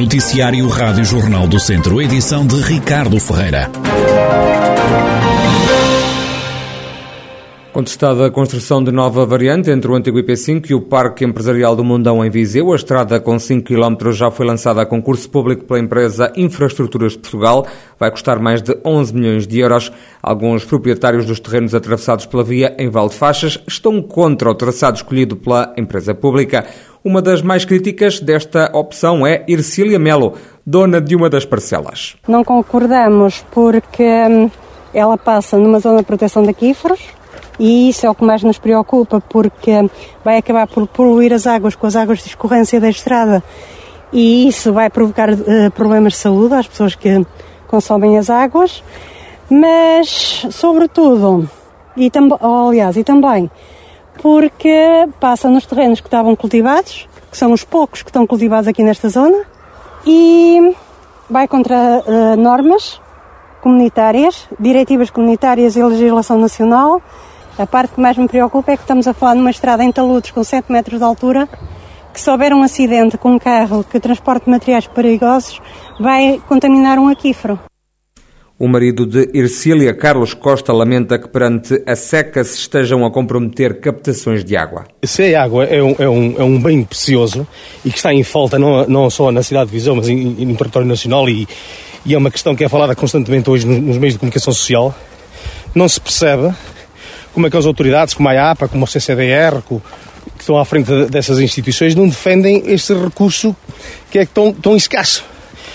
Noticiário Rádio Jornal do Centro, edição de Ricardo Ferreira. Contestada a construção de nova variante entre o antigo IP5 e o Parque Empresarial do Mundão em Viseu, a estrada com 5 km já foi lançada a concurso público pela empresa Infraestruturas de Portugal. Vai custar mais de 11 milhões de euros. Alguns proprietários dos terrenos atravessados pela via em Valdefaixas estão contra o traçado escolhido pela empresa pública. Uma das mais críticas desta opção é Ercília Melo, dona de uma das parcelas. Não concordamos porque ela passa numa zona de proteção de aquíferos e isso é o que mais nos preocupa, porque vai acabar por poluir as águas com as águas de escorrência da estrada e isso vai provocar problemas de saúde às pessoas que consomem as águas, mas sobretudo, e também porque passa nos terrenos que estavam cultivados, que são os poucos que estão cultivados aqui nesta zona, e vai contra normas comunitárias, diretivas comunitárias e legislação nacional. A parte que mais me preocupa é que estamos a falar numa estrada em taludes com 7 metros de altura, que se houver um acidente com um carro que transporte materiais perigosos, vai contaminar um aquífero. O marido de Ercília, Carlos Costa, lamenta que perante a seca se estejam a comprometer captações de água. Se a água é um bem precioso e que está em falta não só na cidade de Viseu, mas no território nacional e é uma questão que é falada constantemente hoje nos meios de comunicação social, não se percebe como é que as autoridades, como a APA, como o CCDR, que estão à frente dessas instituições, não defendem este recurso que é tão escasso.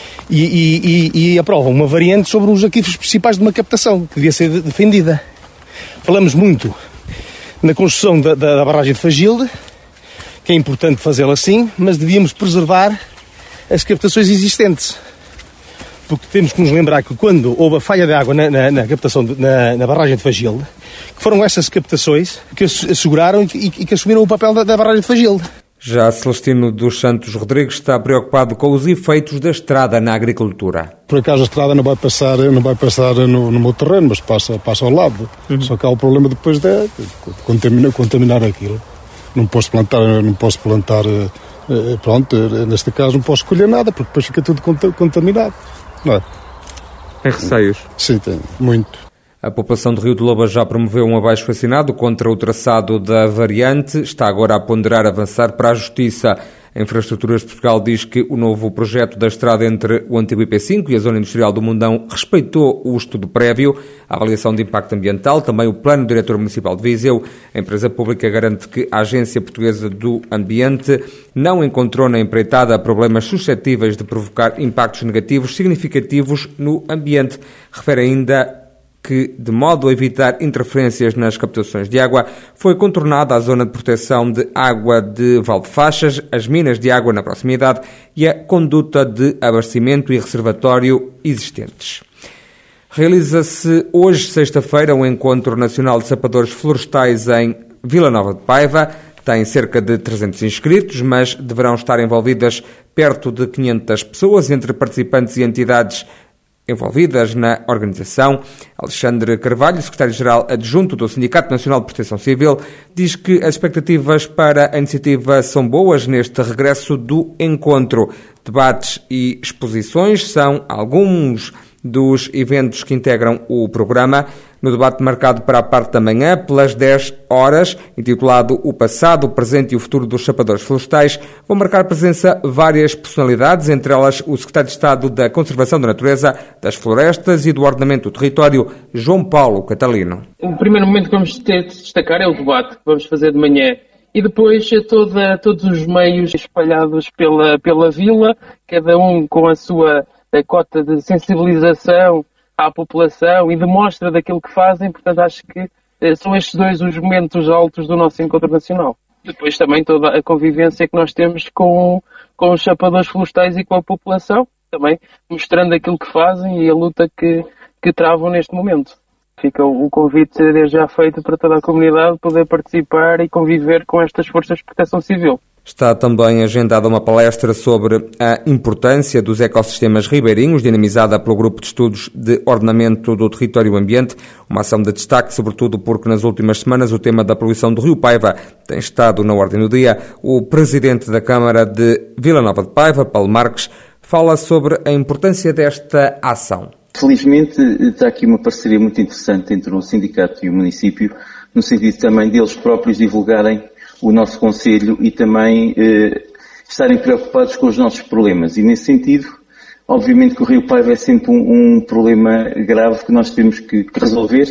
E aprovam uma variante sobre os aquíferos principais de uma captação, que devia ser defendida. Falamos muito na construção da barragem de Fagilde, que é importante fazê-la assim, mas devíamos preservar as captações existentes. Porque temos que nos lembrar que quando houve a falha de água na captação, na barragem de Fagilde, que foram essas captações que asseguraram e que assumiram o papel da barragem de Fagilde. Já Celestino dos Santos Rodrigues está preocupado com os efeitos da estrada na agricultura. Por acaso a estrada não vai passar no meu terreno, mas passa ao lado. Só que há o problema depois de contaminar aquilo. Não posso plantar, neste caso não posso colher nada, porque depois fica tudo contaminado. Não é? Tem receios? Sim, tem, muito. A população de Rio de Loba já promoveu um abaixo-assinado contra o traçado da variante. Está agora a ponderar avançar para a Justiça. A Infraestruturas de Portugal diz que o novo projeto da estrada entre o antigo IP5 e a zona industrial do Mundão respeitou o estudo prévio, a avaliação de impacto ambiental, também o plano diretor municipal de Viseu. A empresa pública garante que a Agência Portuguesa do Ambiente não encontrou na empreitada problemas suscetíveis de provocar impactos negativos significativos no ambiente. Refere ainda que, de modo a evitar interferências nas captações de água, foi contornada a zona de proteção de água de Valdefaixas, as minas de água na proximidade e a conduta de abastecimento e reservatório existentes. Realiza-se hoje, sexta-feira, o Encontro Nacional de Sapadores Florestais em Vila Nova de Paiva. Tem cerca de 300 inscritos, mas deverão estar envolvidas perto de 500 pessoas, entre participantes e entidades envolvidas na organização. Alexandre Carvalho, secretário-geral adjunto do Sindicato Nacional de Proteção Civil, diz que as expectativas para a iniciativa são boas neste regresso do encontro. Debates e exposições são alguns dos eventos que integram o programa. No debate marcado para a parte da manhã, pelas 10 horas, intitulado O Passado, o Presente e o Futuro dos Sapadores Florestais, vão marcar presença várias personalidades, entre elas o Secretário de Estado da Conservação da Natureza, das Florestas e do Ordenamento do Território, João Paulo Catalino. O primeiro momento que vamos ter de destacar é o debate que vamos fazer de manhã. E depois todos os meios espalhados pela vila, cada um com a sua cota de sensibilização à população e demonstra daquilo que fazem. Portanto, acho que são estes dois os momentos altos do nosso encontro nacional. Depois também toda a convivência que nós temos com os sapadores florestais e com a população, também mostrando aquilo que fazem e a luta que travam neste momento. Fica o convite desde já feito para toda a comunidade poder participar e conviver com estas forças de proteção civil. Está também agendada uma palestra sobre a importância dos ecossistemas ribeirinhos, dinamizada pelo Grupo de Estudos de Ordenamento do Território e o Ambiente, uma ação de destaque, sobretudo porque nas últimas semanas o tema da poluição do Rio Paiva tem estado na ordem do dia. O presidente da Câmara de Vila Nova de Paiva, Paulo Marques, fala sobre a importância desta ação. Felizmente está aqui uma parceria muito interessante entre o sindicato e o município, no sentido também deles próprios divulgarem o nosso concelho e também estarem preocupados com os nossos problemas. E nesse sentido, obviamente que o Rio Paiva é sempre um problema grave que nós temos que resolver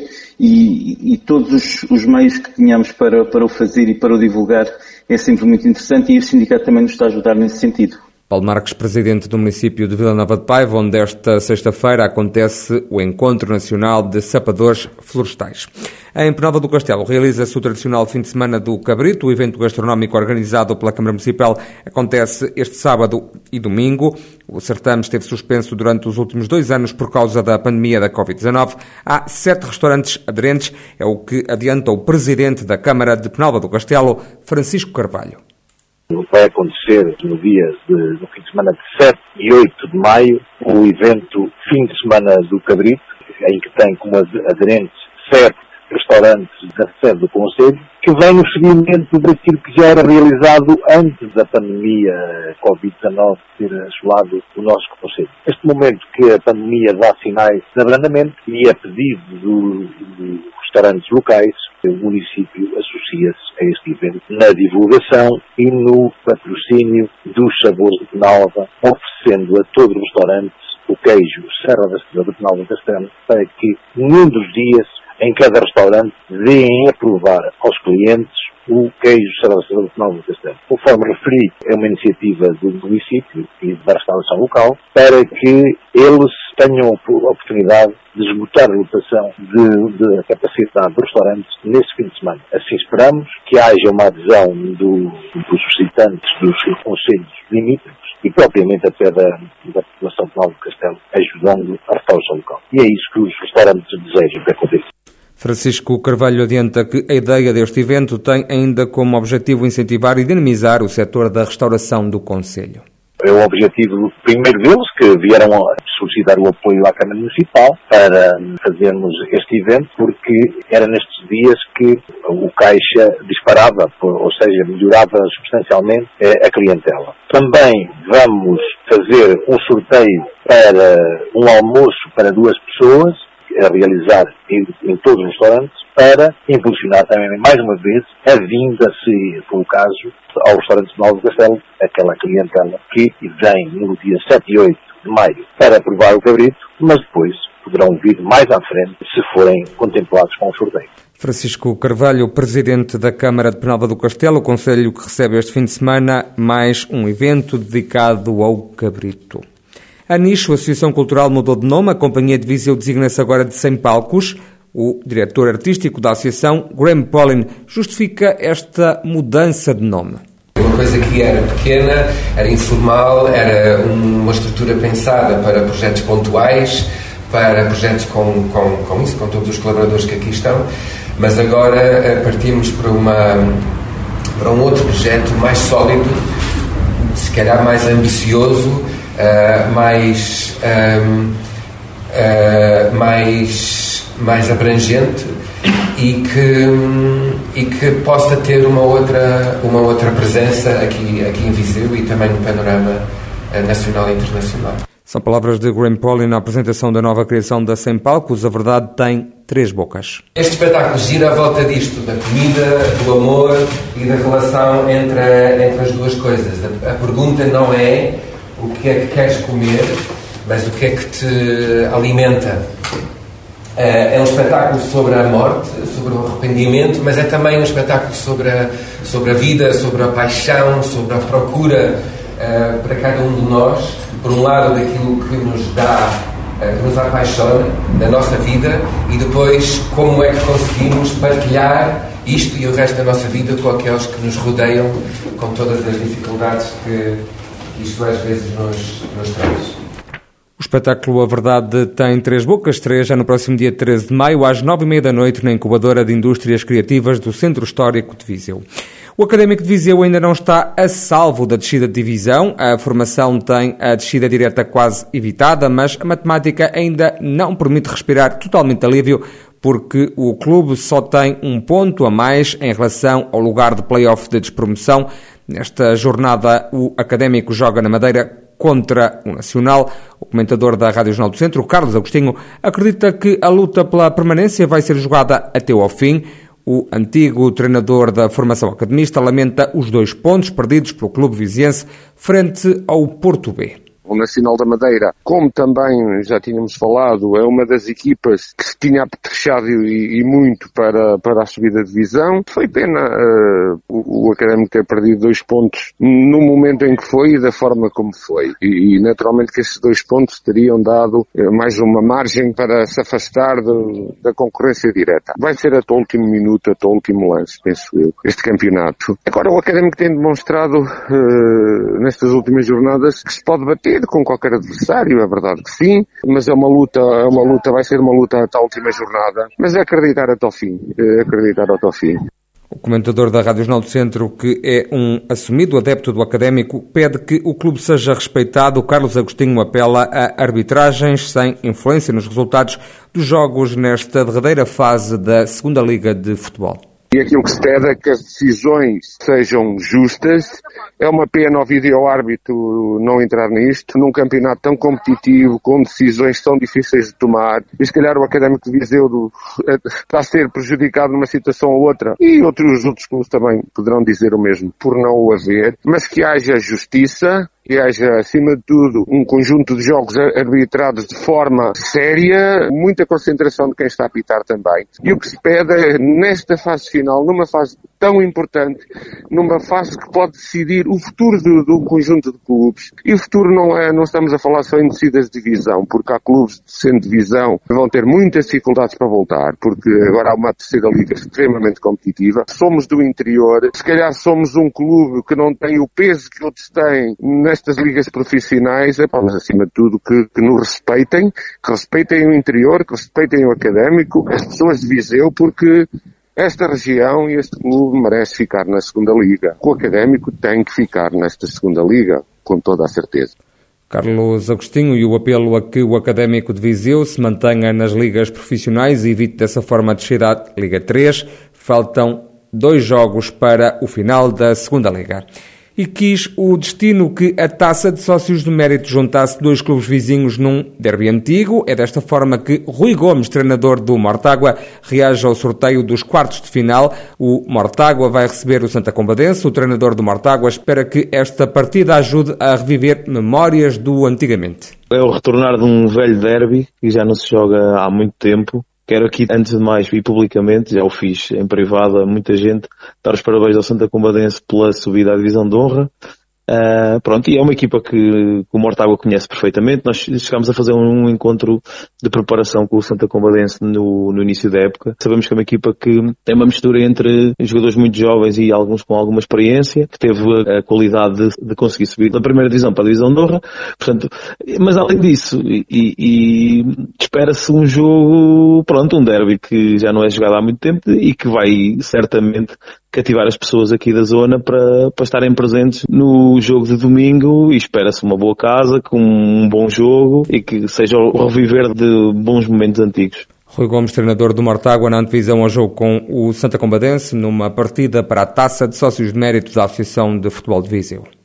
e todos os meios que tenhamos para o fazer e para o divulgar é sempre muito interessante e o sindicato também nos está a ajudar nesse sentido. Paulo Marques, presidente do município de Vila Nova de Paiva, onde esta sexta-feira acontece o Encontro Nacional de Sapadores Florestais. Em Penalva do Castelo realiza-se o tradicional fim de semana do Cabrito. O evento gastronómico organizado pela Câmara Municipal acontece este sábado e domingo. O certame esteve suspenso durante os últimos 2 anos por causa da pandemia da Covid-19. Há 7 restaurantes aderentes, é o que adianta o presidente da Câmara de Penalva do Castelo, Francisco Carvalho. Vai acontecer no fim de semana de 7 e 8 de maio, o evento Fim de Semana do Cabrito, em que tem como aderentes 7 restaurantes da sede do Conselho, que vem no seguimento daquilo que já era realizado antes da pandemia Covid-19 ter assolado o nosso Conselho. Neste momento que a pandemia dá sinais de abrandamento e a pedido dos restaurantes locais, o município associa-se a este evento na divulgação e no patrocínio dos sabores de Penalva, oferecendo a todos os restaurantes o queijo Serra da Estrela de Penalva Castelo, para que num dos dias, em cada restaurante, deem a provar aos clientes o queijo Serra da Estrela de Penalva Castelo. Conforme referi, é uma iniciativa do município e da restauração local para que eles tenham a oportunidade de esgotar a lotação de capacidade dos restaurantes nesse fim de semana. Assim esperamos que haja uma adesão dos visitantes dos concelhos limítrofes e propriamente até da população de Penalva do Castelo, ajudando a restauração local. E é isso que os restaurantes desejam que aconteça. Francisco Carvalho adianta que a ideia deste evento tem ainda como objetivo incentivar e dinamizar o setor da restauração do concelho. É o objetivo primeiro deles, que vieram a solicitar o apoio à Câmara Municipal para fazermos este evento, porque era nestes dias que o caixa disparava, ou seja, melhorava substancialmente a clientela. Também vamos fazer um sorteio para um almoço para 2 pessoas, a realizar em todos os restaurantes, para impulsionar também, mais uma vez, a vinda, se for o caso, ao restaurante de Penalva do Castelo, aquela clientela que vem no dia 7 e 8 de maio para provar o cabrito, mas depois poderão vir mais à frente se forem contemplados com o sorteio. Francisco Carvalho, presidente da Câmara de Penalva do Castelo, o concelho que recebe este fim de semana mais um evento dedicado ao cabrito. A Nicho, a Associação Cultural, mudou de nome. A Companhia de Viseu designa-se agora de Sem Palcos. O diretor artístico da associação, Graham Paulin, justifica esta mudança de nome. Uma coisa que era pequena, era informal, era uma estrutura pensada para projetos pontuais, para projetos com todos os colaboradores que aqui estão, mas agora partimos para um outro projeto mais sólido, se calhar mais ambicioso, mais abrangente e que possa ter uma outra presença aqui em Viseu e também no panorama nacional e internacional. São palavras de Graham Paulin na apresentação da nova criação da Sem Palcos. A verdade tem 3 bocas. Este espetáculo gira à volta disto, da comida, do amor e da relação entre as duas coisas. A pergunta não é o que é que queres comer, mas o que é que te alimenta. É um espetáculo sobre a morte, sobre o arrependimento, mas é também um espetáculo sobre a vida, sobre a paixão, sobre a procura para cada um de nós, por um lado daquilo que nos dá, que nos apaixona da nossa vida, e depois como é que conseguimos partilhar isto e o resto da nossa vida com aqueles que nos rodeiam, com todas as dificuldades que isto às vezes nos traz. O espetáculo A Verdade tem 3 bocas, estreia já no próximo dia 13 de maio, às 9h30 da noite, na Incubadora de Indústrias Criativas do Centro Histórico de Viseu. O Académico de Viseu ainda não está a salvo da descida de divisão. A formação tem a descida direta quase evitada, mas a matemática ainda não permite respirar totalmente alívio, porque o clube só tem 1 ponto a mais em relação ao lugar de play-off de despromoção. Nesta jornada, o Académico joga na Madeira contra o Nacional. O comentador da Rádio Jornal do Centro, Carlos Agostinho, acredita que a luta pela permanência vai ser jogada até ao fim. O antigo treinador da formação academista lamenta os 2 pontos perdidos pelo clube viziense frente ao Porto B. O Nacional da Madeira, como também já tínhamos falado, é uma das equipas que se tinha apetrechado e muito para a subida de divisão. Foi pena o Académico ter perdido 2 pontos no momento em que foi e da forma como foi. E naturalmente que esses 2 pontos teriam dado mais uma margem para se afastar da concorrência direta. Vai ser até o último minuto, até o último lance, penso eu, este campeonato. Agora o Académico tem demonstrado nestas últimas jornadas que se pode bater com qualquer adversário, é verdade que sim, mas vai ser uma luta até a última jornada, mas é acreditar até ao fim, O comentador da Rádio Jornal do Centro, que é um assumido adepto do Académico, pede que o clube seja respeitado. Carlos Agostinho apela a arbitragens sem influência nos resultados dos jogos nesta derradeira fase da Segunda Liga de Futebol. E aquilo que se pede é que as decisões sejam justas. É uma pena ao vídeo-árbitro não entrar nisto, num campeonato tão competitivo, com decisões tão difíceis de tomar. E se calhar o Académico de Viseu está a ser prejudicado numa situação ou outra. E outros clubes também poderão dizer o mesmo, por não o haver. Mas que haja justiça, que haja, acima de tudo, um conjunto de jogos arbitrados de forma séria, muita concentração de quem está a apitar também. E o que se pede é, nesta fase final, numa fase tão importante, numa fase que pode decidir o futuro do conjunto de clubes. E o futuro não estamos a falar só em descidas de divisão, porque há clubes de descendo de divisão que vão ter muitas dificuldades para voltar, porque agora há uma terceira liga extremamente competitiva. Somos do interior, se calhar somos um clube que não tem o peso que outros têm nestas ligas profissionais, mas acima de tudo que nos respeitem, que respeitem o interior, que respeitem o Académico, as pessoas de Viseu, porque esta região e este clube merece ficar na segunda liga. O Académico tem que ficar nesta segunda liga, com toda a certeza. Carlos Agostinho, e o apelo a que o Académico de Viseu se mantenha nas ligas profissionais e evite dessa forma a descida à Liga 3. Faltam 2 jogos para o final da segunda liga. E quis o destino que a Taça de Sócios de Mérito juntasse 2 clubes vizinhos num derby antigo. É desta forma que Rui Gomes, treinador do Mortágua, reage ao sorteio dos quartos de final. O Mortágua vai receber o Santa Combadense. O treinador do Mortágua espera que esta partida ajude a reviver memórias do antigamente. É o retornar de um velho derby que já não se joga há muito tempo. Quero aqui, antes de mais, e publicamente, já o fiz em privado a muita gente, dar os parabéns ao Santa Combadense pela subida à divisão de honra. E é uma equipa que o Mortágua conhece perfeitamente. Nós chegámos a fazer um encontro de preparação com o Santa Combadense no início da época. Sabemos que é uma equipa que tem uma mistura entre jogadores muito jovens e alguns com alguma experiência, que teve a qualidade de conseguir subir da primeira divisão para a divisão de honra. Portanto, mas além disso, e espera-se um jogo, um derby que já não é jogado há muito tempo e que vai certamente cativar as pessoas aqui da zona para estarem presentes no jogo de domingo, e espera-se uma boa casa, com um bom jogo e que seja o reviver de bons momentos antigos. Rui Gomes, treinador do Mortágua, na antevisão ao jogo com o Santa Combadense, numa partida para a Taça de Sócios de Mérito da Associação de Futebol de Viseu.